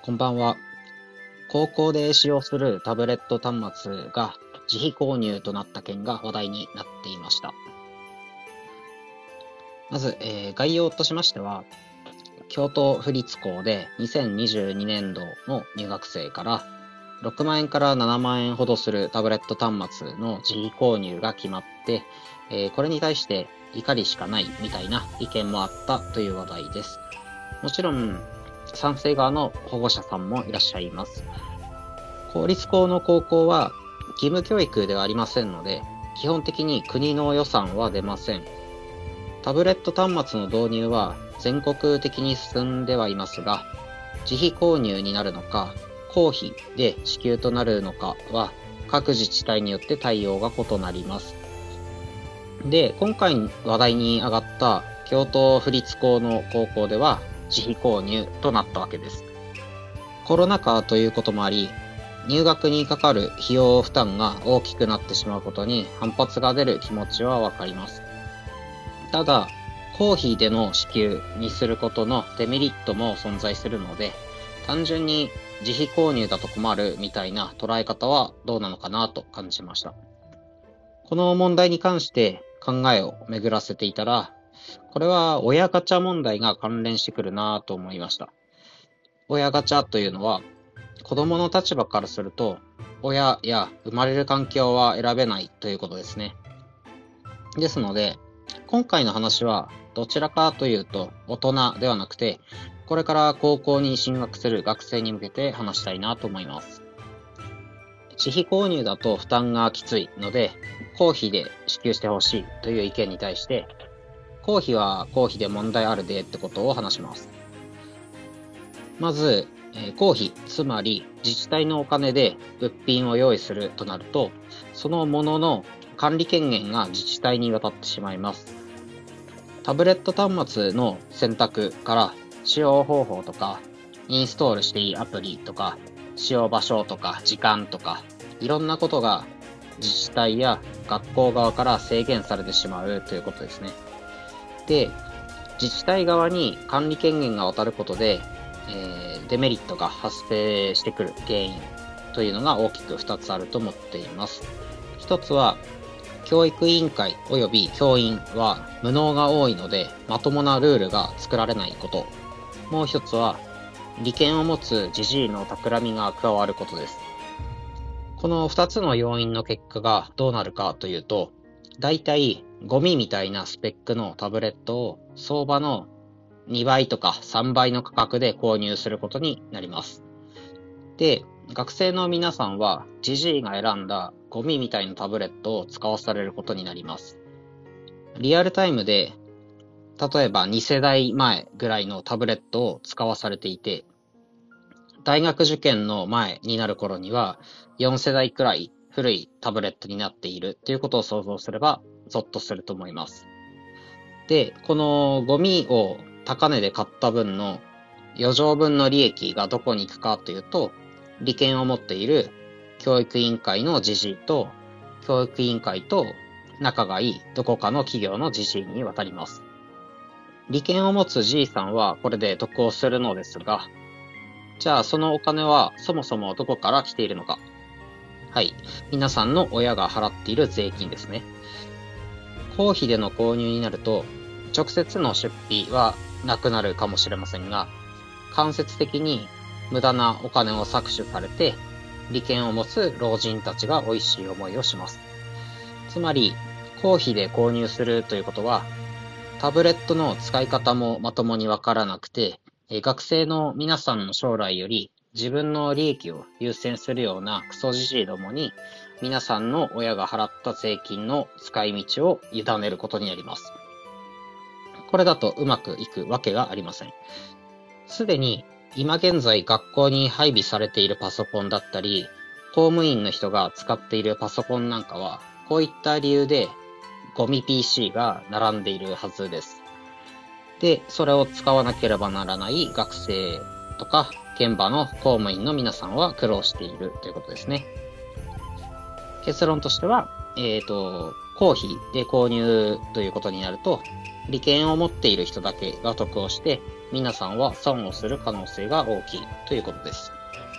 こんばんは。高校で使用するタブレット端末が自費購入となった件が話題になっていました。まず、概要としましては、京都府立高で2022年度の入学生から6万円から7万円ほどするタブレット端末の自費購入が決まって、これに対して怒りしかないみたいな意見もあったという話題です。もちろん、賛成側の保護者さんもいらっしゃいます。公立校の高校は義務教育ではありませんので、基本的に国の予算は出ません。タブレット端末の導入は全国的に進んではいますが、自費購入になるのか、公費で支給となるのかは各自治体によって対応が異なります。で、今回話題に上がった京都府立高の高校では自費購入となったわけです。コロナ禍ということもあり、入学にかかる費用負担が大きくなってしまうことに反発が出る気持ちはわかります。ただ、公費での支給にすることのデメリットも存在するので、単純に自費購入だと困るみたいな捉え方はどうなのかなと感じました。この問題に関して考えを巡らせていたら、これは親ガチャ問題が関連してくるなと思いました。親ガチャというのは、子供の立場からすると、親や生まれる環境は選べないということですね。ですので、今回の話はどちらかというと大人ではなくて、これから高校に進学する学生に向けて話したいなと思います。自費購入だと負担がきついので、公費で支給してほしいという意見に対して、公費は公費で問題あるでってことを話します。まず、公費、つまり自治体のお金で物品を用意するとなると、そのものの管理権限が自治体に渡ってしまいます。タブレット端末の選択から使用方法とか、インストールしていいアプリとか、使用場所とか時間とか、いろんなことが自治体や学校側から制限されてしまうということですね。で、自治体側に管理権限が渡ることで、デメリットが発生してくる原因というのが大きく2つあると思っています。1つは、教育委員会及び教員は無能が多いので、まともなルールが作られないこと。もう1つは、利権を持つジジイの企みが加わることです。この2つの要因の結果がどうなるかというと、だいたいゴミみたいなスペックのタブレットを相場の2倍とか3倍の価格で購入することになります。で、学生の皆さんはジジイが選んだゴミみたいなタブレットを使わされることになります。リアルタイムで、例えば2世代前ぐらいのタブレットを使わされていて、大学受験の前になる頃には4世代くらい古いタブレットになっているということを想像すればゾッとすると思います。で、このゴミを高値で買った分の余剰分の利益がどこに行くかというと、利権を持っている教育委員会のジジイと、教育委員会と仲がいいどこかの企業のジジイに渡ります。利権を持つじいさんはこれで得をするのですが、じゃあそのお金はそもそもどこから来ているのか。はい。皆さんの親が払っている税金ですね。公費での購入になると、直接の出費はなくなるかもしれませんが、間接的に無駄なお金を搾取されて、利権を持つ老人たちが美味しい思いをします。つまり、公費で購入するということは、タブレットの使い方もまともにわからなくて、学生の皆さんの将来より自分の利益を優先するようなクソじじいどもに、皆さんの親が払った税金の使い道を委ねることになります。これだとうまくいくわけがありません。すでに今現在学校に配備されているパソコンだったり、公務員の人が使っているパソコンなんかは、こういった理由でゴミ PC が並んでいるはずです。で、それを使わなければならない学生とか現場の公務員の皆さんは苦労しているということですね。結論としては、公費で購入ということになると、利権を持っている人だけが得をして、 皆さんは損をする可能性が大きいということです。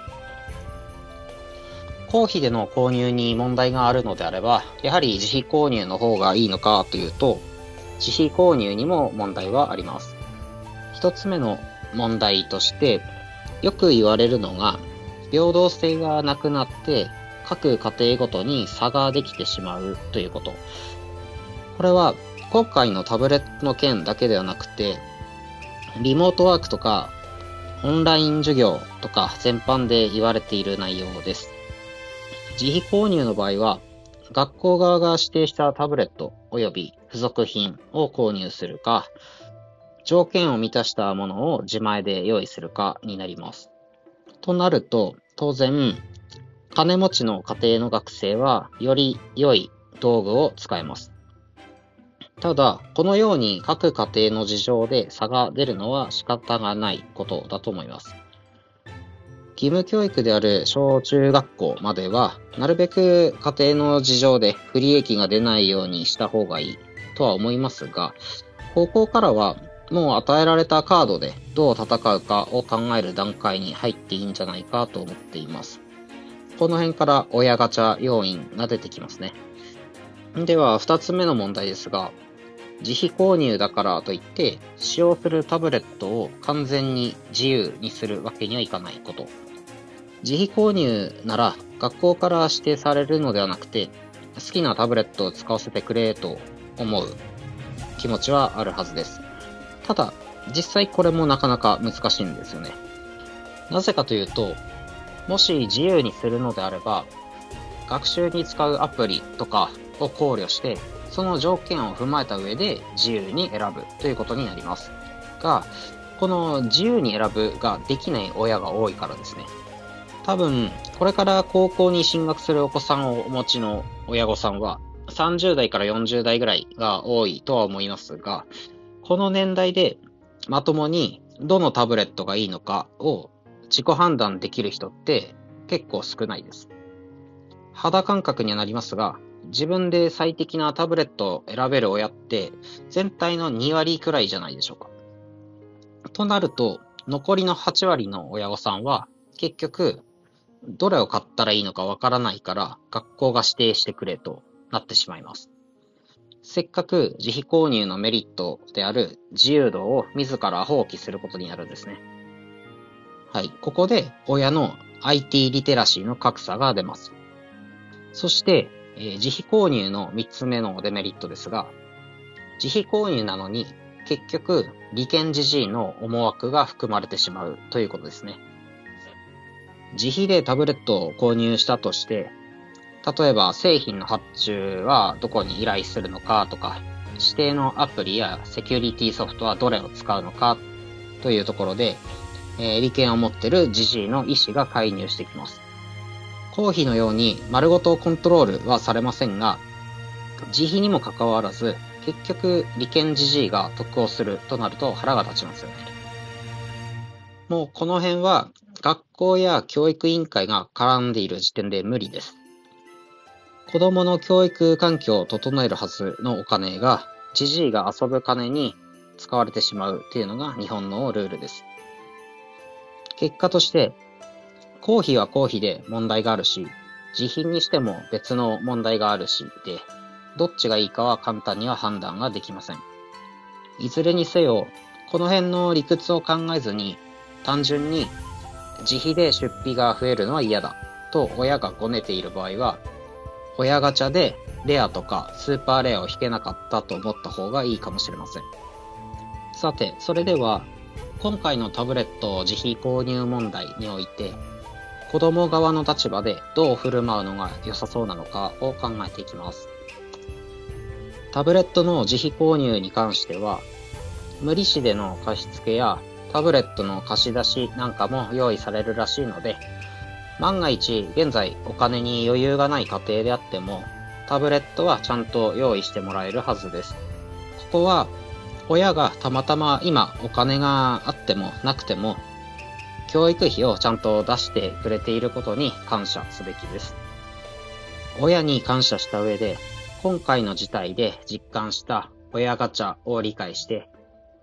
公費での購入に問題があるのであれば、やはり自費購入の方がいいのかというと、自費購入にも問題はあります。一つ目の問題として、よく言われるのが、平等性がなくなって、各家庭ごとに差ができてしまうということ。これは、今回のタブレットの件だけではなくて、リモートワークとか、オンライン授業とか全般で言われている内容です。自費購入の場合は、学校側が指定したタブレット及び付属品を購入するか、条件を満たしたものを自前で用意するかになります。となると、当然、金持ちの家庭の学生はより良い道具を使えます。ただ、このように各家庭の事情で差が出るのは仕方がないことだと思います。義務教育である小中学校までは、なるべく家庭の事情で不利益が出ないようにした方がいいとは思いますが、高校からはもう与えられたカードでどう戦うかを考える段階に入っていいんじゃないかと思っています。この辺から親ガチャ要因が出てきますね。では、二つ目の問題ですが、自費購入だからといって使用するタブレットを完全に自由にするわけにはいかないこと。自費購入なら学校から指定されるのではなくて、好きなタブレットを使わせてくれと思う気持ちはあるはずです。ただ、実際これもなかなか難しいんですよね。なぜかというと、もし自由にするのであれば、学習に使うアプリとかを考慮して、その条件を踏まえた上で自由に選ぶということになります。が、この自由に選ぶができない親が多いからですね。多分、これから高校に進学するお子さんをお持ちの親御さんは、30代から40代ぐらいが多いとは思いますが、この年代でまともにどのタブレットがいいのかを自己判断できる人って結構少ないです。肌感覚にはなりますが、自分で最適なタブレットを選べる親って全体の2割くらいじゃないでしょうか。となると、残りの8割の親御さんは結局どれを買ったらいいのかわからないから学校が指定してくれとなってしまいます。せっかく自費購入のメリットである自由度を自ら放棄することになるんですね。はい、ここで親の IT リテラシーの格差が出ます。そして、自費購入の3つ目のデメリットですが、自費購入なのに結局利権じじいの思惑が含まれてしまうということですね。自費でタブレットを購入したとして、例えば製品の発注はどこに依頼するのかとか、指定のアプリやセキュリティソフトはどれを使うのかというところで、利権を持っているじじいの意思が介入してきます。公費のように丸ごとコントロールはされませんが、自費にもかかわらず、結局利権じじいが得をするとなると腹が立ちますよね。もうこの辺は学校や教育委員会が絡んでいる時点で無理です。子供の教育環境を整えるはずのお金が、じじいが遊ぶ金に使われてしまうというのが日本のルールです。結果として、公費は公費で問題があるし、自費にしても別の問題があるしで、どっちがいいかは簡単には判断ができません。いずれにせよ、この辺の理屈を考えずに、単純に自費で出費が増えるのは嫌だと親がごねている場合は、親ガチャでレアとかスーパーレアを引けなかったと思った方がいいかもしれません。さて、それでは今回のタブレット自費購入問題において、子供側の立場でどう振る舞うのが良さそうなのかを考えていきます。タブレットの自費購入に関しては、無利子での貸付やタブレットの貸し出しなんかも用意されるらしいので、万が一現在お金に余裕がない家庭であっても、タブレットはちゃんと用意してもらえるはずです。ここは親がたまたま今お金があってもなくても、教育費をちゃんと出してくれていることに感謝すべきです。親に感謝した上で、今回の事態で実感した親ガチャを理解して、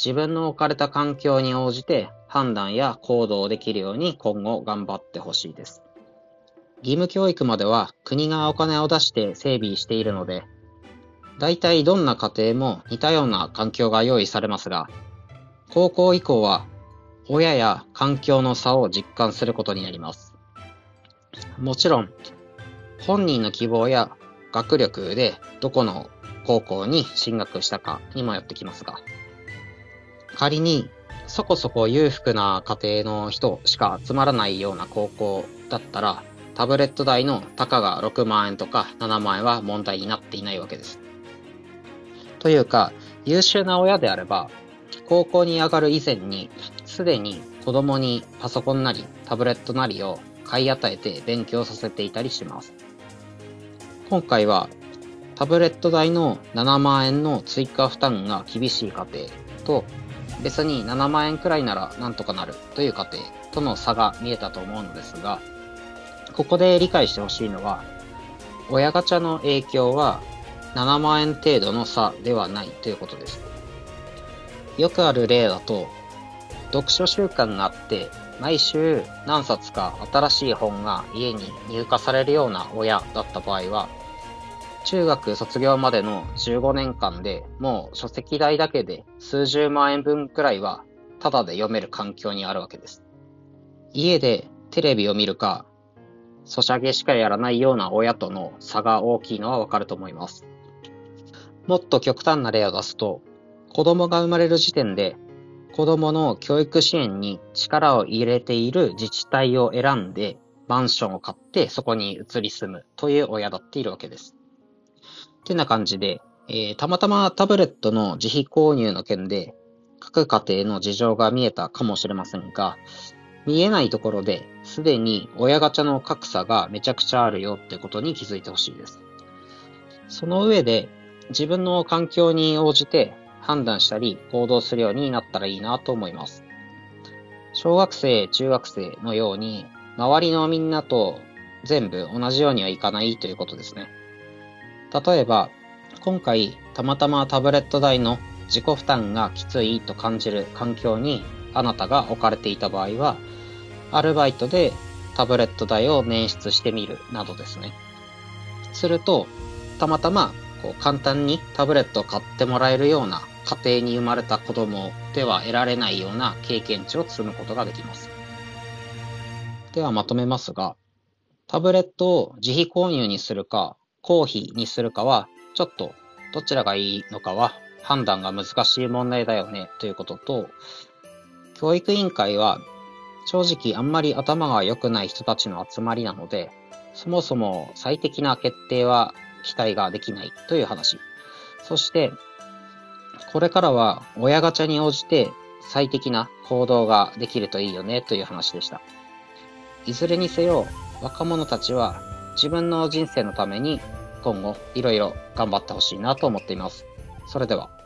自分の置かれた環境に応じて判断や行動できるように今後頑張ってほしいです。義務教育までは国がお金を出して整備しているので、大体どんな家庭も似たような環境が用意されますが、高校以降は親や環境の差を実感することになります。もちろん、本人の希望や学力でどこの高校に進学したかにもよってきますが、仮にそこそこ裕福な家庭の人しか集まらないような高校だったら、タブレット代のたかが6万円とか7万円は問題になっていないわけです。というか、優秀な親であれば、高校に上がる以前に、すでに子供にパソコンなりタブレットなりを買い与えて勉強させていたりします。今回はタブレット代の7万円の追加負担が厳しい家庭と、別に7万円くらいならなんとかなるという家庭との差が見えたと思うのですが、ここで理解してほしいのは、親ガチャの影響は7万円程度の差ではないということです。よくある例だと、読書習慣があって毎週何冊か新しい本が家に入荷されるような親だった場合は、中学卒業までの15年間でもう書籍代だけで数十万円分くらいはタダで読める環境にあるわけです。家でテレビを見るか、ソシャゲしかやらないような親との差が大きいのはわかると思います。もっと極端な例を出すと、子供が生まれる時点で子供の教育支援に力を入れている自治体を選んでマンションを買ってそこに移り住むという親だっているわけです。ってな感じで、たまたまタブレットの自費購入の件で各家庭の事情が見えたかもしれませんが、見えないところですでに親ガチャの格差がめちゃくちゃあるよってことに気づいてほしいです。その上で自分の環境に応じて判断したり行動するようになったらいいなと思います。小学生、中学生のように周りのみんなと全部同じようにはいかないということですね。例えば、今回たまたまタブレット代の自己負担がきついと感じる環境にあなたが置かれていた場合は、アルバイトでタブレット代を捻出してみるなどですね。すると、たまたま簡単にタブレットを買ってもらえるような家庭に生まれた子供では得られないような経験値を積むことができます。ではまとめますが、タブレットを自費購入にするか、公費にするかは、ちょっとどちらがいいのかは判断が難しい問題だよねということと、教育委員会は正直あんまり頭が良くない人たちの集まりなので、そもそも最適な決定は期待ができないという話。そして、これからは親ガチャに応じて最適な行動ができるといいよねという話でした。いずれにせよ、若者たちは自分の人生のために今後いろいろ頑張ってほしいなと思っています。それでは。